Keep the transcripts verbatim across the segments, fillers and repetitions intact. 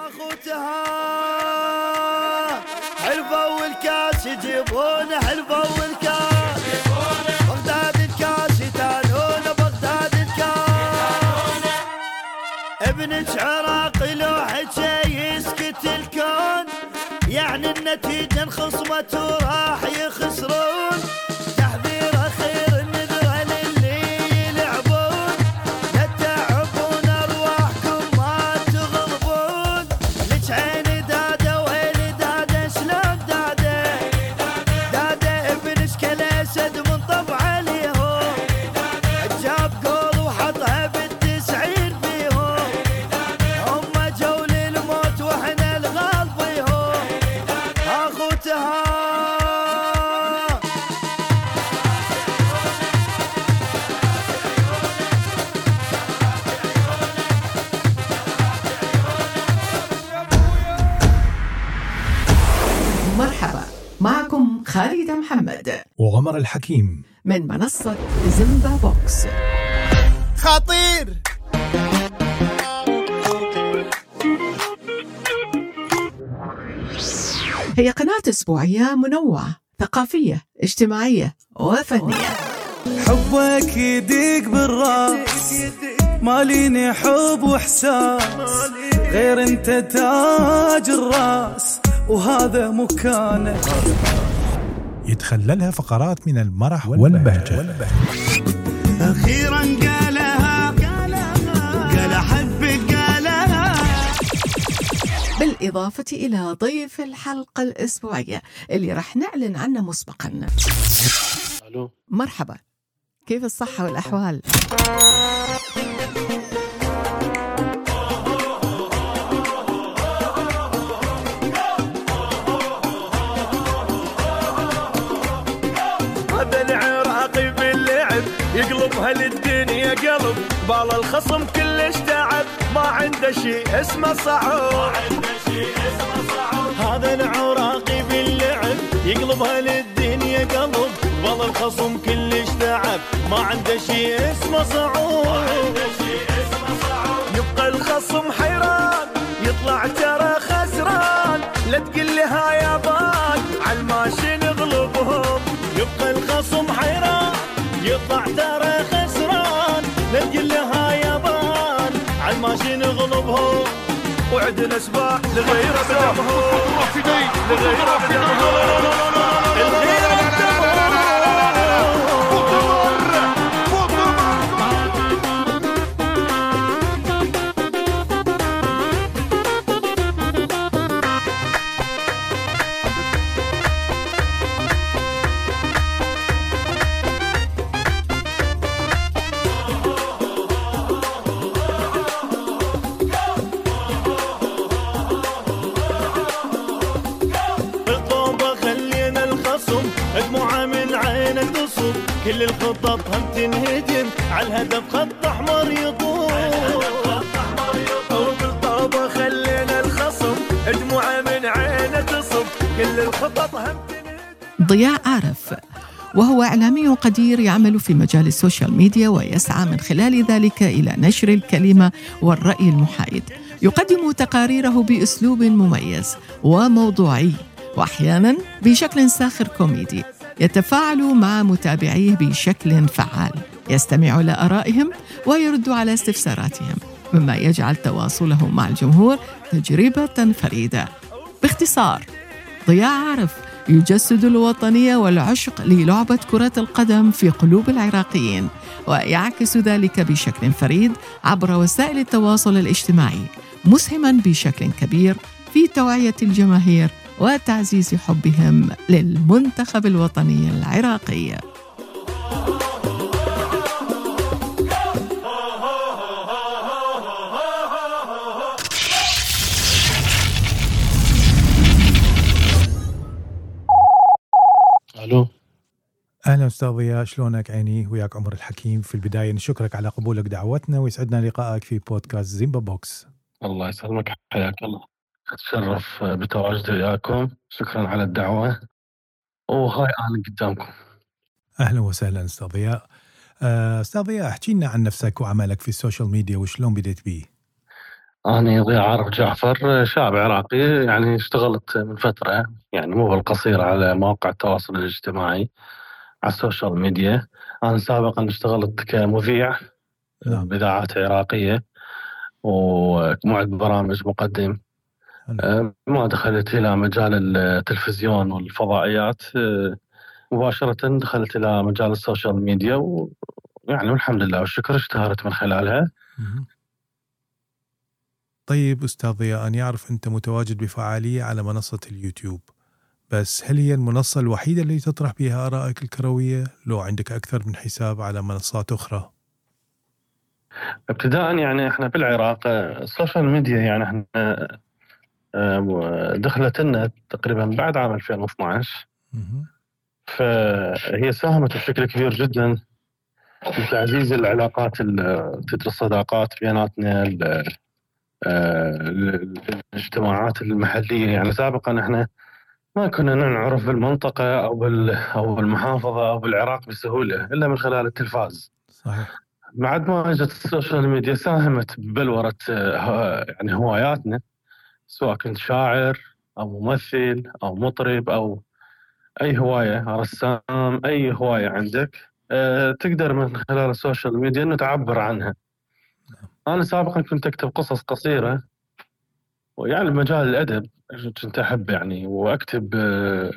اخوتها حلفوا والكاس يجيبون حلفوا والكاس بغداد الكاس يتانون بغداد الكاس ابنك عراقي لو حكي يسكت الكون يعني النتيجة انخصمت وراح يخسرون تحذير اخير النذرة للي يلعبون لا تتعبون ارواحكم ما تغضبون لك عيني داده ويلي داده سلام داده داده ابن شكله اسد من طبع اليهود جاب جول وحطها بالتسعين فيهم هم جو للموت واحنا الغال فيهم اخوتها مرحبا، معكم خالد محمد وعمر الحكيم من منصة زيمبا بوكس. خطير هي قناة أسبوعية منوعة، ثقافية، اجتماعية وفنية. حبك يديك بالراس ماليني حب وحساس غير انت تاج الراس وهذا مكانه. يتخللها فقرات من المرح والبهجة. اخيرا قالها قال احبك قالها. بالإضافة إلى ضيف الحلقة الأسبوعية اللي رح نعلن عنه مسبقا. الو مرحبا، كيف الصحة والأحوال؟ هذا العراقي باللعب يقلبها للدنيا قلب بال الخصم كلش تعب ما عنده شيء اسمه صعب. هذا العراقي باللعب يقلبها للدنيا قلب بال الخصم كلش تعب ما عنده شيء اسمه صعود. يبقى الخصم حيران يطلع ترى خسران لا تقل لي هاي يابان عالماشي نغلبهم. يبقى الخصم حيران يطلع ترى خسران لا تقل لي هاي يابان عالماشي نغلبهم. وعدنا سباع لغيره بدمهم لغيره بدمهم الغيره بدمهم. دموعه من عينه تصب كل الخطط هم تنهدم على الهدف خط احمر يطول. وبالطابه خلينا الخصم دموعه من عينه تصب كل الخطط هم تنهدم. ضياء عارف وهو إعلامي قدير يعمل في مجال السوشيال ميديا ويسعى من خلال ذلك إلى نشر الكلمة والرأي المحايد. يقدم تقاريره بأسلوب مميز وموضوعي وأحياناً بشكل ساخر كوميدي. يتفاعل مع متابعيه بشكل فعال، يستمع لآرائهم ويرد على استفساراتهم، مما يجعل تواصله مع الجمهور تجربة فريدة. باختصار، ضياء عارف يجسد الوطنية والعشق للعبة كرة القدم في قلوب العراقيين، ويعكس ذلك بشكل فريد عبر وسائل التواصل الاجتماعي، مسهماً بشكل كبير في توعية الجماهير وتعزيز حبهم للمنتخب الوطني العراقي. الو أهلا أستاذ ضياء، شلونك عيني؟ وياك عمر الحكيم. في البداية نشكرك على قبولك دعوتنا ويسعدنا لقائك في بودكاست زيمبا بوكس. الله يسلمك، حياك الله. أتشرف بتواجدي وياكم، شكرا على الدعوة وهاي أنا قدامكم. أهلا وسهلا أستاذ ضياء. أستاذ ضياء، احكي لنا عن نفسك وعملك في السوشيال ميديا وشلون بديت بيه. أنا ضياء عارف جعفر، شاب عراقي، يعني اشتغلت من فترة يعني مو بالقصيرة على مواقع التواصل الاجتماعي على السوشيال ميديا. أنا سابقا اشتغلت كمذيع نعم. بإذاعات عراقية ومعد برامج مقدم. حلو. أه، ما دخلت إلى مجال التلفزيون والفضائيات، أه، مباشرة دخلت إلى مجال السوشيال ميديا، ويعني والحمد لله والشكر اشتهرت من خلالها. مهم. طيب أستاذ ضياء، أنا أعرف أنت متواجد بفعالية على منصة اليوتيوب، بس هل هي المنصة الوحيدة اللي تطرح بها آرائك الكروية لو عندك أكثر من حساب على منصات أخرى؟ ابتداء يعني احنا بالعراق أه، السوشيال ميديا يعني احنا أه، دخلت لنا تقريبا بعد عام ألفين واثناشر، مهم. فهي ساهمت بشكل كبير جدا في تعزيز العلاقات، الصداقات بيناتنا، ال- آه، الاجتماعات المحلية. يعني سابقا احنا ما كنا نعرف بالمنطقة أو بال أو بالمحافظة أو بالعراق بسهولة إلا من خلال التلفاز. صحيح. بعد ما اجت السوشيال ميديا ساهمت ببلورة آه، يعني هواياتنا، سواء كنت شاعر أو ممثل أو مطرب أو أي هواية، رسام، أي هواية عندك أه تقدر من خلال السوشيال ميديا إنه تعبر عنها. أنا سابقا كنت أكتب قصص قصيرة، ويعني مجال الأدب كنت أحب يعني وأكتب، أه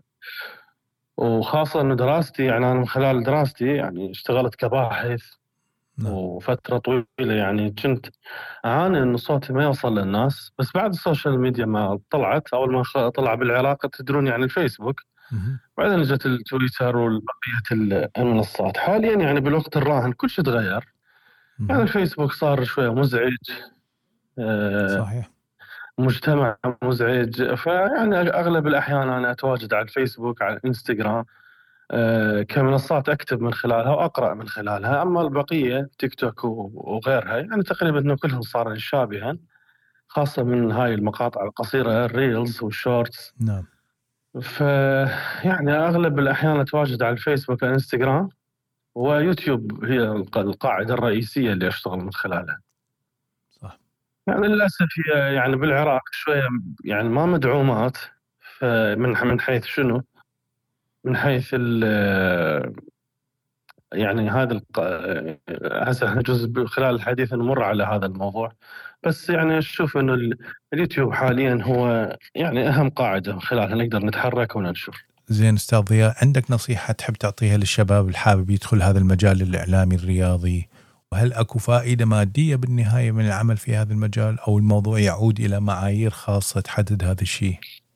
وخاصة إنه دراستي، يعني أنا من خلال دراستي يعني اشتغلت كباحث. نعم. وفترة طويلة يعني كنت أعاني إنه صوتي ما يوصل للناس، بس بعد السوشيال ميديا ما طلعت، أول ما خ- طلع بالعراق تدرون يعني الفيسبوك، مهم. بعدين جت التويتر وبقية المنصات. حاليا يعني بالوقت الراهن كل شيء تغير، يعني مهم. الفيسبوك صار شوية مزعج، آه، صحيح. مجتمع مزعج، فيعني أغلب الأحيان أنا أتواجد على الفيسبوك، على الإنستغرام آه، كمنصات أكتب من خلالها وأقرأ من خلالها. أما البقية تيك توك و- وغيرها يعني تقريبا إنه كلهم صار شابها، خاصة من هاي المقاطع القصيرة الريلز والشورتس. نعم. ف يعني أغلب الأحيان أتواجد على الفيسبوك والإنستغرام، ويوتيوب هي الق- القاعدة الرئيسية اللي أشتغل من خلالها. صح. يعني للأسف هي يعني بالعراق شوية يعني ما مدعومات، فمن من حيث شنو؟ من حيث ال يعني هذا الق... هسه جزء خلال الحديث نمر على هذا الموضوع، بس يعني أشوف إنه ال- اليوتيوب حاليا هو يعني أهم قاعدة من خلالها نقدر نتحرك وننشر. زين أستاذ ضياء، عندك نصيحة تحب تعطيها للشباب الحابب يدخل هذا المجال الإعلامي الرياضي؟ وهل أكو فائدة مادية بالنهاية من العمل في هذا المجال، أو الموضوع يعود إلى معايير خاصة تحدد هذا الشيء؟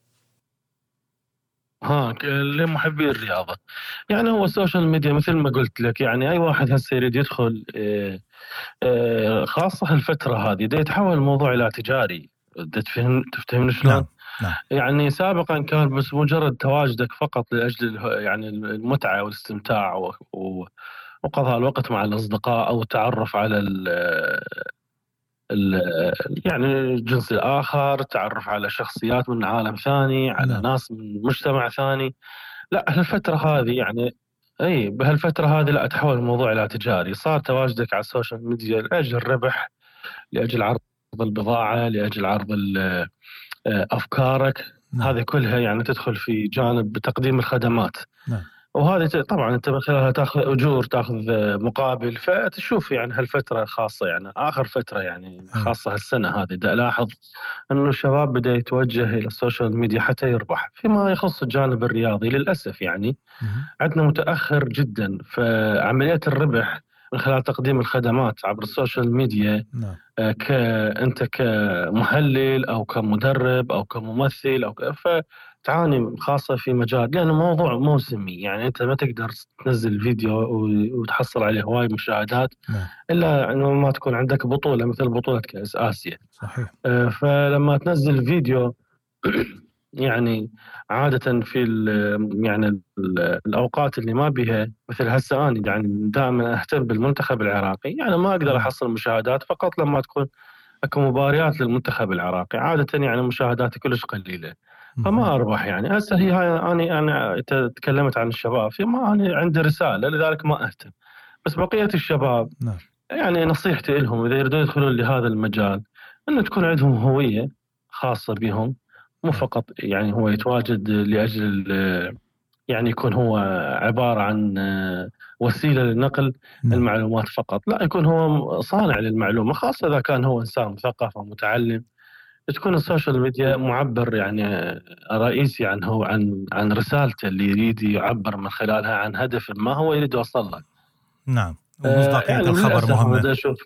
ها ك- لمحبي الرياضة، يعني هو السوشيال ميديا مثل ما قلت لك، يعني أي واحد هسه يريد يدخل، آه، آه، خاصة الفترة هذه دا يتحول الموضوع إلى تجاري. دا تفهم تفتهمني شلون؟ نعم. نعم. يعني سابقا كان بس مجرد تواجدك فقط لأجل اله- يعني المتعة والاستمتاع و- و- وقضاء الوقت مع الأصدقاء أو التعرف على ال ال يعني الجنس الآخر، تعرف على شخصيات من عالم ثاني، على نعم. ناس من مجتمع ثاني. لا هالفترة هذه يعني اي بهالفترة هذه لا تحول الموضوع الى تجاري، صار تواجدك على السوشيال ميديا لاجل الربح، لاجل عرض البضاعة، لاجل عرض ال- آه، افكارك. نعم. هذه كلها يعني تدخل في جانب تقديم الخدمات، نعم. وهذه ت- طبعا انت من خلالها تاخذ اجور، تاخذ آه، مقابل. فتشوف يعني هالفترة خاصة، يعني اخر فترة يعني أي. خاصة هالسنة هذه دا الاحظ انه الشباب بدا يتوجه الى السوشيال ميديا حتى يربح. فيما يخص الجانب الرياضي للاسف يعني مهم. عندنا متأخر جدا، فعملية الربح من خلال تقديم الخدمات عبر السوشيال ميديا، نعم. آه، ك أنت كمحلل أو كمدرب أو كممثل أو ك... فتعاني خاصة في مجال، لأنه موضوع موسمي. يعني أنت ما تقدر تنزل فيديو و- وتحصل عليه هواي مشاهدات نعم. إلا أنه ما تكون عندك بطولة مثل بطولة كأس آسيا. صحيح. آه، فلما تنزل فيديو يعني عادة في ال يعني ال الأوقات اللي ما بيها مثل هسه، أنا يعني دائما أهتم بالمنتخب العراقي، يعني ما أقدر أحصل مشاهدات فقط لما تكون أكو مباريات للمنتخب العراقي. عادة يعني مشاهداتي كلش قليلة، فما أربح. يعني هسه هي هاي أنا أنا تكلمت عن الشباب، في ما أنا عندي رسالة لذلك ما أهتم. بس بقية الشباب نعم. يعني نصيحتي لهم إذا يريدون يدخلون لهذا المجال أنه تكون عندهم هوية خاصة بهم، مو فقط يعني هو يتواجد لأجل يعني يكون هو عبارة عن وسيلة لنقل نعم. المعلومات فقط، لا يكون هو صانع للمعلومة، خاصة إذا كان هو إنسان مثقف ومتعلم. تكون السوشيال ميديا معبر يعني رئيسي عن هو عن عن رسالته اللي يريد يعبر من خلالها عن هدف ما هو يريد يوصل له. نعم. آه ومصداقية يعني الخبر مهمة. أشوف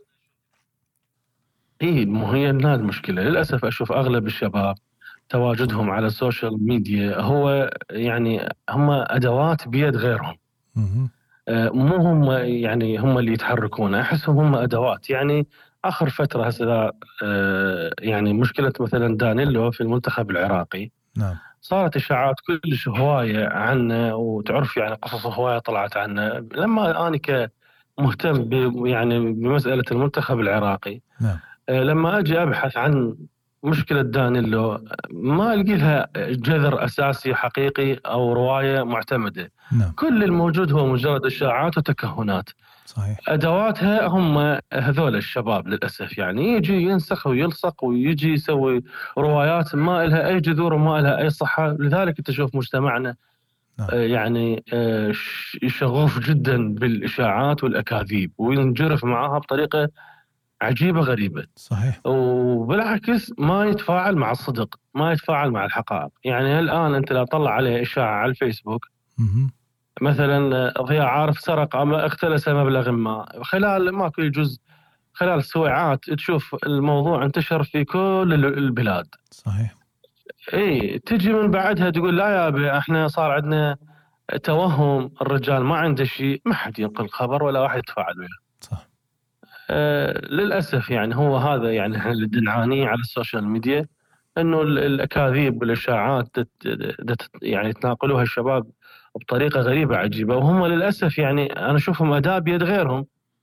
إيه مو هي هذه المشكلة. للأسف أشوف أغلب الشباب تواجدهم على السوشيال ميديا هو يعني هم أدوات بيد غيرهم. مم. آه مو هم يعني هم اللي يتحركون، أحسهم هم أدوات. يعني آخر فترة هسه آه يعني مشكلة مثلا دانيلو في المنتخب العراقي. نعم. صارت إشاعات كلش هواية عنه، وتعرف يعني قصص هواية طلعت عنه. لما أنا كمهتم ب يعني بمسألة المنتخب العراقي، نعم. آه لما أجي أبحث عن مشكلة دانيلو ما ألقي لها جذر أساسي حقيقي أو رواية معتمدة. نعم. كل الموجود هو مجرد إشاعات وتكهنات. صحيح. أدواتها هم هذول الشباب للأسف، يعني يجي ينسخ ويلصق ويجي يسوي روايات ما لها أي جذور وما لها أي صحة. لذلك تشوف مجتمعنا نعم. يعني شغوف جدا بالإشاعات والأكاذيب، وينجرف معها بطريقة عجيبة غريبة. صحيح. وبالعكس ما يتفاعل مع الصدق، ما يتفاعل مع الحقائق. يعني الآن أنت لا طلع عليه إشاعة على الفيسبوك مم. مثلا ضياء عارف سرق أو اختلس مبلغ ما، خلال ماكو يجوز خلال سويعات تشوف الموضوع انتشر في كل البلاد. صحيح. اي تجي من بعدها تقول لا يا ابي احنا صار عندنا توهم، الرجال ما عنده شيء، ما حد ينقل خبر ولا واحد يتفاعل وياه. صح. آه للأسف يعني هو هذا يعني احنا اللي نعانيه على السوشيال ميديا، انه الأكاذيب والإشاعات يعني تناقلوها الشباب بطريقة غريبة عجيبة، وهم للأسف يعني أنا أشوفهم أداة بيد غيرهم.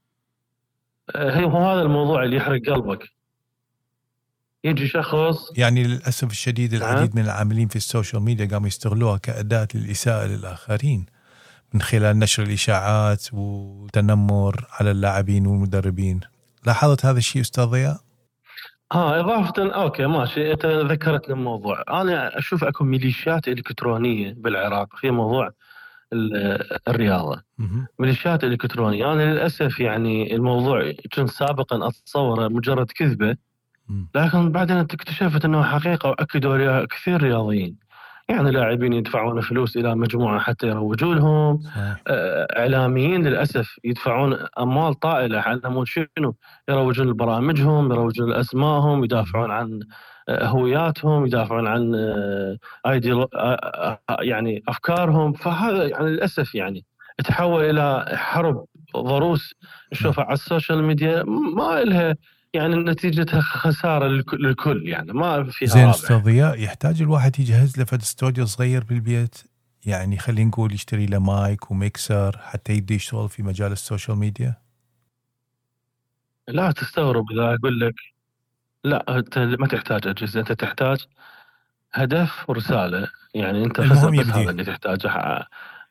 آه هو هذا الموضوع اللي يحرق قلبك. يجي شخص يعني للأسف الشديد العديد من العاملين في السوشيال ميديا قاموا يستغلوها كأداة للإساءة للآخرين من خلال نشر الإشاعات والتنمر على اللاعبين والمدربين. لاحظت هذا الشيء أستاذ ضياء؟ ها إضافة أوكي ماشي، أنت ذكرتني الموضوع. أنا أشوف أكو ميليشيات إلكترونية بالعراق في موضوع الرياضة. مم. ميليشيات إلكترونية أنا للأسف يعني الموضوع كنت سابقا أتصوره مجرد كذبة، لكن بعدين اكتشفت أنه حقيقة، وأكدوا لها كثير رياضيين. يعني لاعبين يدفعون فلوس إلى مجموعة حتى يروجوا لهم. إعلاميين للأسف يدفعون أموال طائلة على مود شنو؟ يروجون لبرامجهم، يروجون لأسمائهم، يدافعون عن هوياتهم، يدافعون عن ايديو يعني أفكارهم. فهذا يعني للأسف يعني تحول إلى حرب ضروس نشوفها على السوشيال ميديا، ما إلها يعني نتيجتها خسارة للكل، يعني ما فيها زين رابح. أستاذ ضياء، يحتاج الواحد يجهز له فد استوديو صغير بالبيت، يعني خلينا نقول يشتري له مايك وميكسر حتى يبدأ يشتغل في مجال السوشيال ميديا؟ لا تستغرب إذا أقول لك لا، أنت ما تحتاج أجهزة، أنت تحتاج هدف ورسالة. يعني أنت المهم بس يبدي. هذا اللي تحتاجه. اه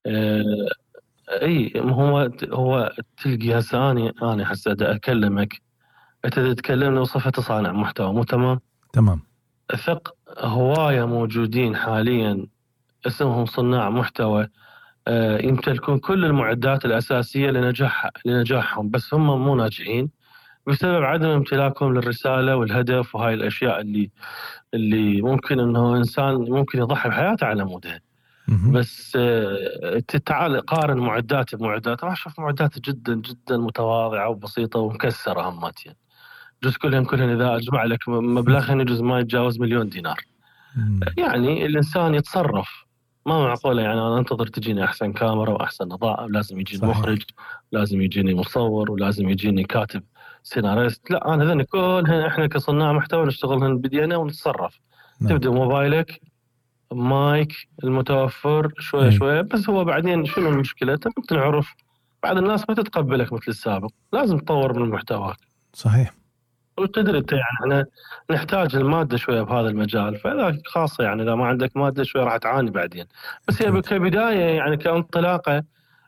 أي هو هو تلقي هسه أنا أنا هسه أكلمك، أنت تتكلمني وصفة صانع محتوى، مو تمام؟ تمام. ثق هواية موجودين حاليا اسمهم صناع محتوى، آه يمتلكون كل المعدات الأساسية لنجاح لنجاحهم، بس هم مو ناجحين بسبب عدم امتلاكهم للرسالة والهدف وهاي الأشياء اللي اللي ممكن أنه إنسان ممكن يضحي بحياته على مودها. بس آه تعال قارن معدات بمعدات، راح أشوف معدات جدا جدا متواضعة وبسيطة ومكسرة هماتين. جزء كلهم كلهم إذا أجمع لك مبلغهن يجوز ما يتجاوز مليون دينار. مم. يعني الإنسان يتصرف، ما معقولة يعني أنا أنتظر تجيني أحسن كاميرا وأحسن إضاءة ولازم يجيني مخرج، لازم يجيني مصور، ولازم يجيني كاتب سيناريست. لا، أنا ذني كلهن إحنا كصناع محتوى نشتغلهن بدينا ونتصرف. نعم. تبدأ موبايلك مايك المتوفر شوية شوية، بس هو بعدين شنو المشكلة؟ تبقى نعرف بعض الناس ما تتقبلك مثل السابق، لازم تطور من محتواك. صحيح. والقدر انت يعني احنا نحتاج الماده شويه بهذا المجال، فاذا خاصه يعني اذا ما عندك ماده شويه راح تعاني بعدين. بس هي كبدايه يعني كانطلاقه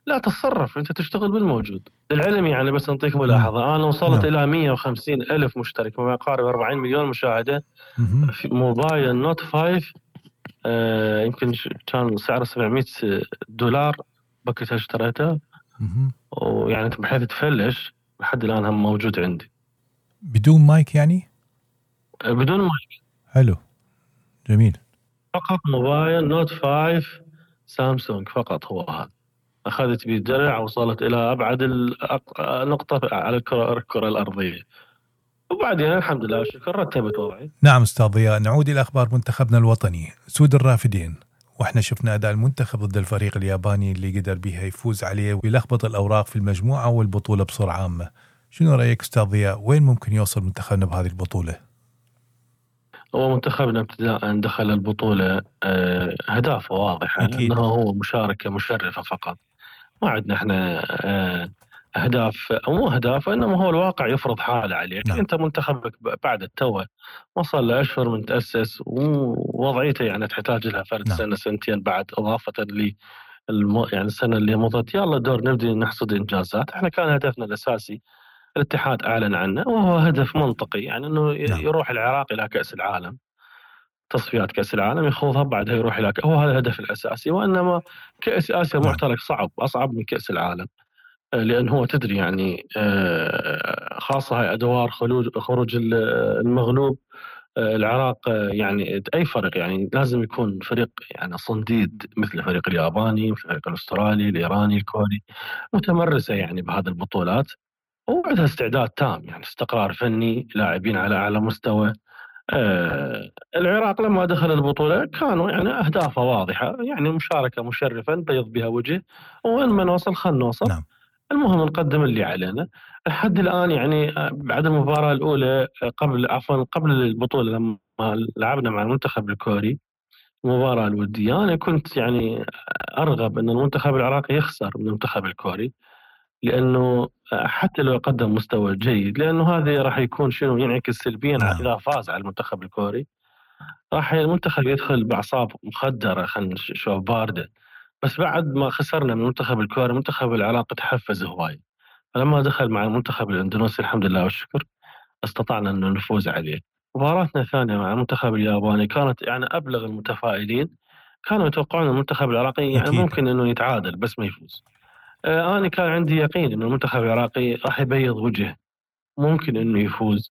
لا تتصرف، أنت تشتغل بالموجود. للعلم يعني بس نعطيك ملاحظة، أنا وصلت نعم. إلى مية وخمسين ألف مشترك، ما يقارب أربعين مليون مشاهدة مهم. في موبايل نوت فايف. آه يمكن كان سعره سبعمية دولار وقتها اشتريته، مهم. ويعني بحيث تفلش لحد الآن هم موجود عندي بدون مايك يعني؟ آه بدون مايك. حلو، جميل. فقط موبايل نوت فايف سامسونج فقط، هو هذا. أخذت بيه الدرع، وصلت إلى أبعد النقطة على الكرة, الكرة الأرضية، وبعدين الحمد لله والشكر رتبت وضعي. نعم أستاذ ضياء، نعود إلى أخبار منتخبنا الوطني سود الرافدين. وإحنا شفنا أداء المنتخب ضد الفريق الياباني اللي قدر بها يفوز عليه ويلخبط الأوراق في المجموعة والبطولة بصورة عامة. شنو رأيك أستاذ ضياء، وين ممكن يوصل منتخبنا بهذه البطولة؟ هو منتخبنا ابتداء دخل البطولة آه أهدافه واضحة، أكيد. أنه هو مشاركة مشرفة فقط، ما عندنا احنا آه أهداف أو مو أهداف، إنما هو الواقع يفرض حاله عليك. نعم. أنت منتخبك بعد التوه وصل لأشهر من تأسس، ووضعيته يعني تحتاج لها فرد نعم. سنة سنتين بعد، إضافة لي الم... يعني السنة اللي مضت يلا دور نبدأ نحصد إنجازات. احنا كان هدفنا الأساسي الاتحاد أعلن عنه، وهو هدف منطقي، يعني أنه نعم. يروح العراق إلى كأس العالم، تصفيات كأس العالم يخوضها، بعدها يروح إلى هو هذا الهدف الأساسي. وإنما كأس آسيا نعم. معترك صعب، أصعب من كأس العالم، لأن هو تدري يعني خاصة هاي أدوار خروج المغلوب العراق، يعني أي فريق يعني لازم يكون فريق يعني صنديد، مثل فريق الياباني، مثل فريق الأسترالي، الإيراني، الكوري، متمرسة يعني بهذه البطولات، وعندها استعداد تام، يعني استقرار فني، لاعبين على أعلى مستوى. آه العراق لما دخل البطولة كانوا يعني أهدافه واضحة، يعني مشاركة مشرفة بيض بها وجه، وين ما نوصل خلنا نوصل. نعم. المهم نقدم اللي علينا لحد الآن. يعني بعد المباراة الأولى قبل عفوا قبل البطولة لما لعبنا مع المنتخب الكوري المباراة الودية، أنا كنت يعني أرغب أن المنتخب العراقي يخسر من المنتخب الكوري، لأنه حتى لو قدم مستوى جيد، لأنه هذا راح يكون شنو ينعكس سلبيا نعم. إذا فاز على المنتخب الكوري، راح المنتخب يدخل بأعصاب مخدرة، خلينا نشوف باردة. بس بعد ما خسرنا من المنتخب الكوري، المنتخب العراقي تحفز هواي، فلما دخل مع المنتخب الاندونيسي الحمد لله والشكر استطعنا أن نفوز عليه. مباراتنا الثانية مع المنتخب الياباني كانت يعني أبلغ المتفائلين، كانوا يتوقعون المنتخب العراقي يعني أكيد. ممكن أنه يتعادل بس ما يفوز. آه أنا كان عندي يقين أن المنتخب العراقي راح يبيض وجه، ممكن أنه يفوز.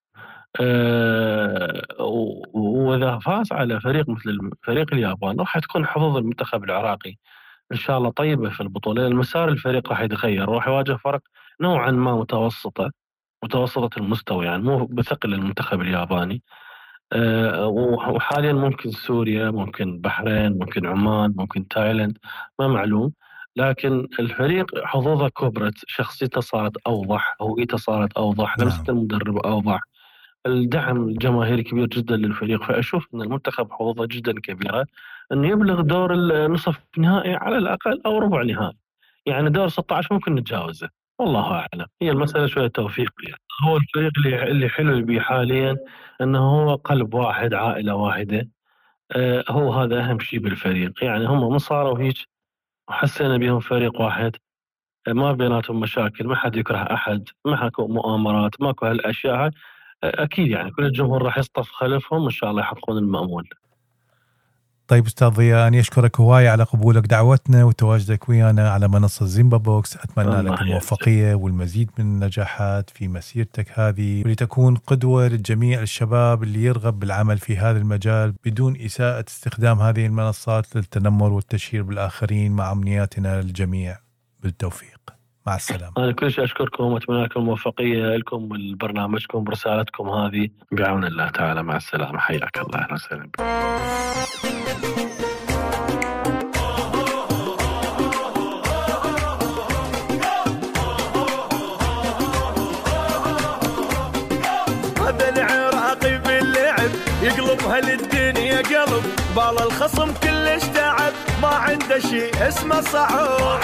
آه وإذا فاز على فريق مثل فريق اليابان راح تكون حظوظ المنتخب العراقي إن شاء الله طيبة في البطولة. المسار الفريق راح يتغير، راح يواجه فرق نوعا ما متوسطة متوسطة المستوى، يعني مو بثقل المنتخب الياباني. أه وحاليا ممكن سوريا، ممكن البحرين، ممكن عمان، ممكن تايلاند، ما معلوم. لكن الفريق حظوظه كبرت، شخصيته صارت أوضح، هويته صارت أوضح، نعم. لمسة المدرب أوضح، الدعم الجماهيري كبير جدا للفريق. فأشوف أن المنتخب حظوظه جدا كبيرة أنه يبلغ دور النصف نهائي على الأقل أو ربع نهائي، يعني دور ستة عشر ممكن نتجاوزه، والله أعلم. هي المسألة شوية توفيق. يعني هو الفريق اللي اللي حلو بيه حاليا أنه هو قلب واحد، عائلة واحدة. آه هو هذا أهم شيء بالفريق، يعني هم ما صاروا هيك وحسينا بهم فريق واحد، آه ما بيناتهم مشاكل، ما حد يكره أحد، ما حكوا مؤامرات، ماكو هالأشياء هاي. آه أكيد يعني كل الجمهور راح يصطف خلفهم إن شاء الله يحققون المأمول. طيب أستاذ ضياء، أنا أشكرك هواي على قبولك دعوتنا وتواجدك ويانا على منصة زيمبا بوكس. أتمنى لك الموفقية والمزيد من النجاحات في مسيرتك هذه، ولتكون قدوة للجميع الشباب اللي يرغب بالعمل في هذا المجال بدون إساءة استخدام هذه المنصات للتنمر والتشهير بالآخرين. مع أمنياتنا للجميع بالتوفيق. مع السلامة. أنا كل شيء أشكركم وأتمنى لكم الموفقية لكم والبرنامجكم برسالتكم هذه بعون الله تعالى. مع السلامة، حياك الله، أهلا وسهلا. هذا العراقي باللعب يقلبها للدنيا قلب، بال الخصم كلش تعب، ما عنده شيء اسمه صعب.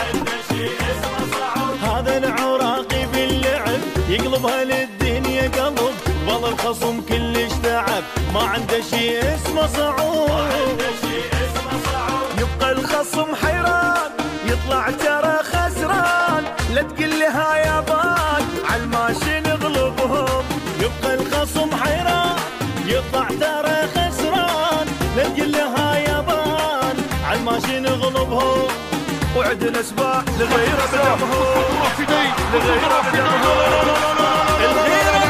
هذا العراقي باللعب يقلبها للدنيا قلب، بال الخصم كلش تعب، ما عنده شيء اسمه صعود. يبقى الخصم حيران، يطلع ترى خسران، لا تقل لها يابان عالماشي نغلبهم يبقى الخصم حيران يطلع ترى خسران لا تقل لها يابان عالماشي نغلبهم وعدنا سباع لغيره بدمهم لغيره بدمهم الغيره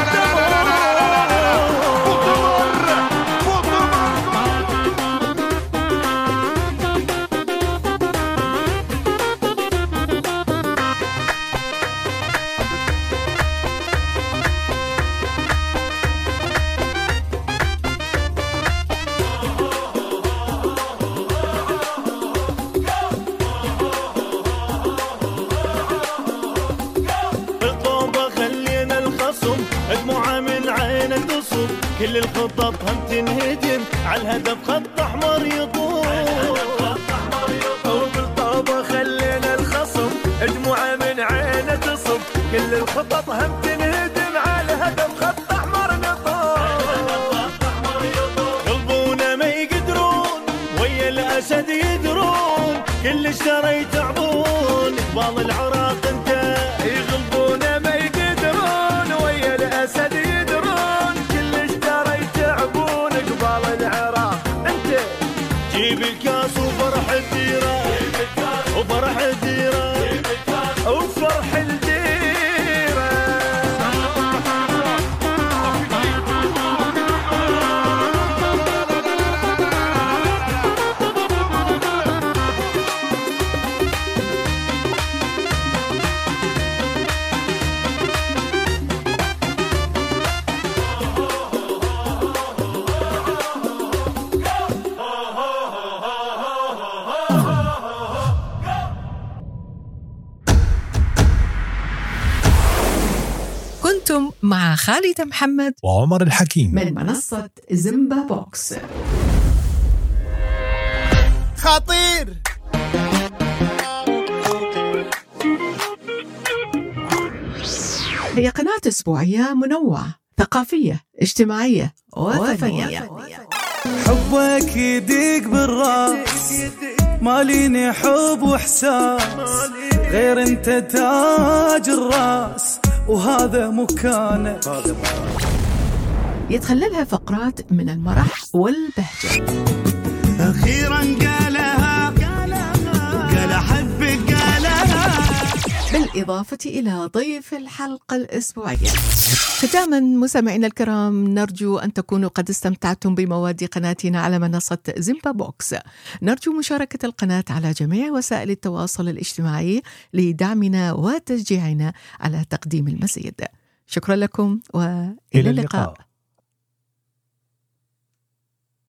كل الخطط هم تنهدم عالهدف خط احمر يطول وبالطابة خلينا الخصم دموعه من عينه تصب كل الخطط هم تنهدم عالهدف خط احمر يطول قلبونا ما يقدرون ويا الاسد يدرون كل اشترى يتعبون قبال العراق انت يغلبونا ما يقدرون ويا الاسد جيب الكاس وفرح الديرة وفرح الديرة وفرح الديرة مع خالد محمد وعمر الحكيم من منصة زيمبا بوكس. خطير هي قناة أسبوعية منوعة ثقافية اجتماعية وفنية. حبك يديك بالراس ماليني حب وحساس غير انت تاج الراس وهذا مكانه. يتخللها فقرات من المرح والبهجة. أخيرا قالها قال أحبك قالها، بالإضافة إلى ضيف الحلقة الأسبوعية. ختاما مستمعينا الكرام، نرجو أن تكونوا قد استمتعتم بمواد قناتنا على منصة زيمبا بوكس. نرجو مشاركة القناة على جميع وسائل التواصل الاجتماعي لدعمنا وتشجيعنا على تقديم المزيد. شكرا لكم وإلى اللقاء.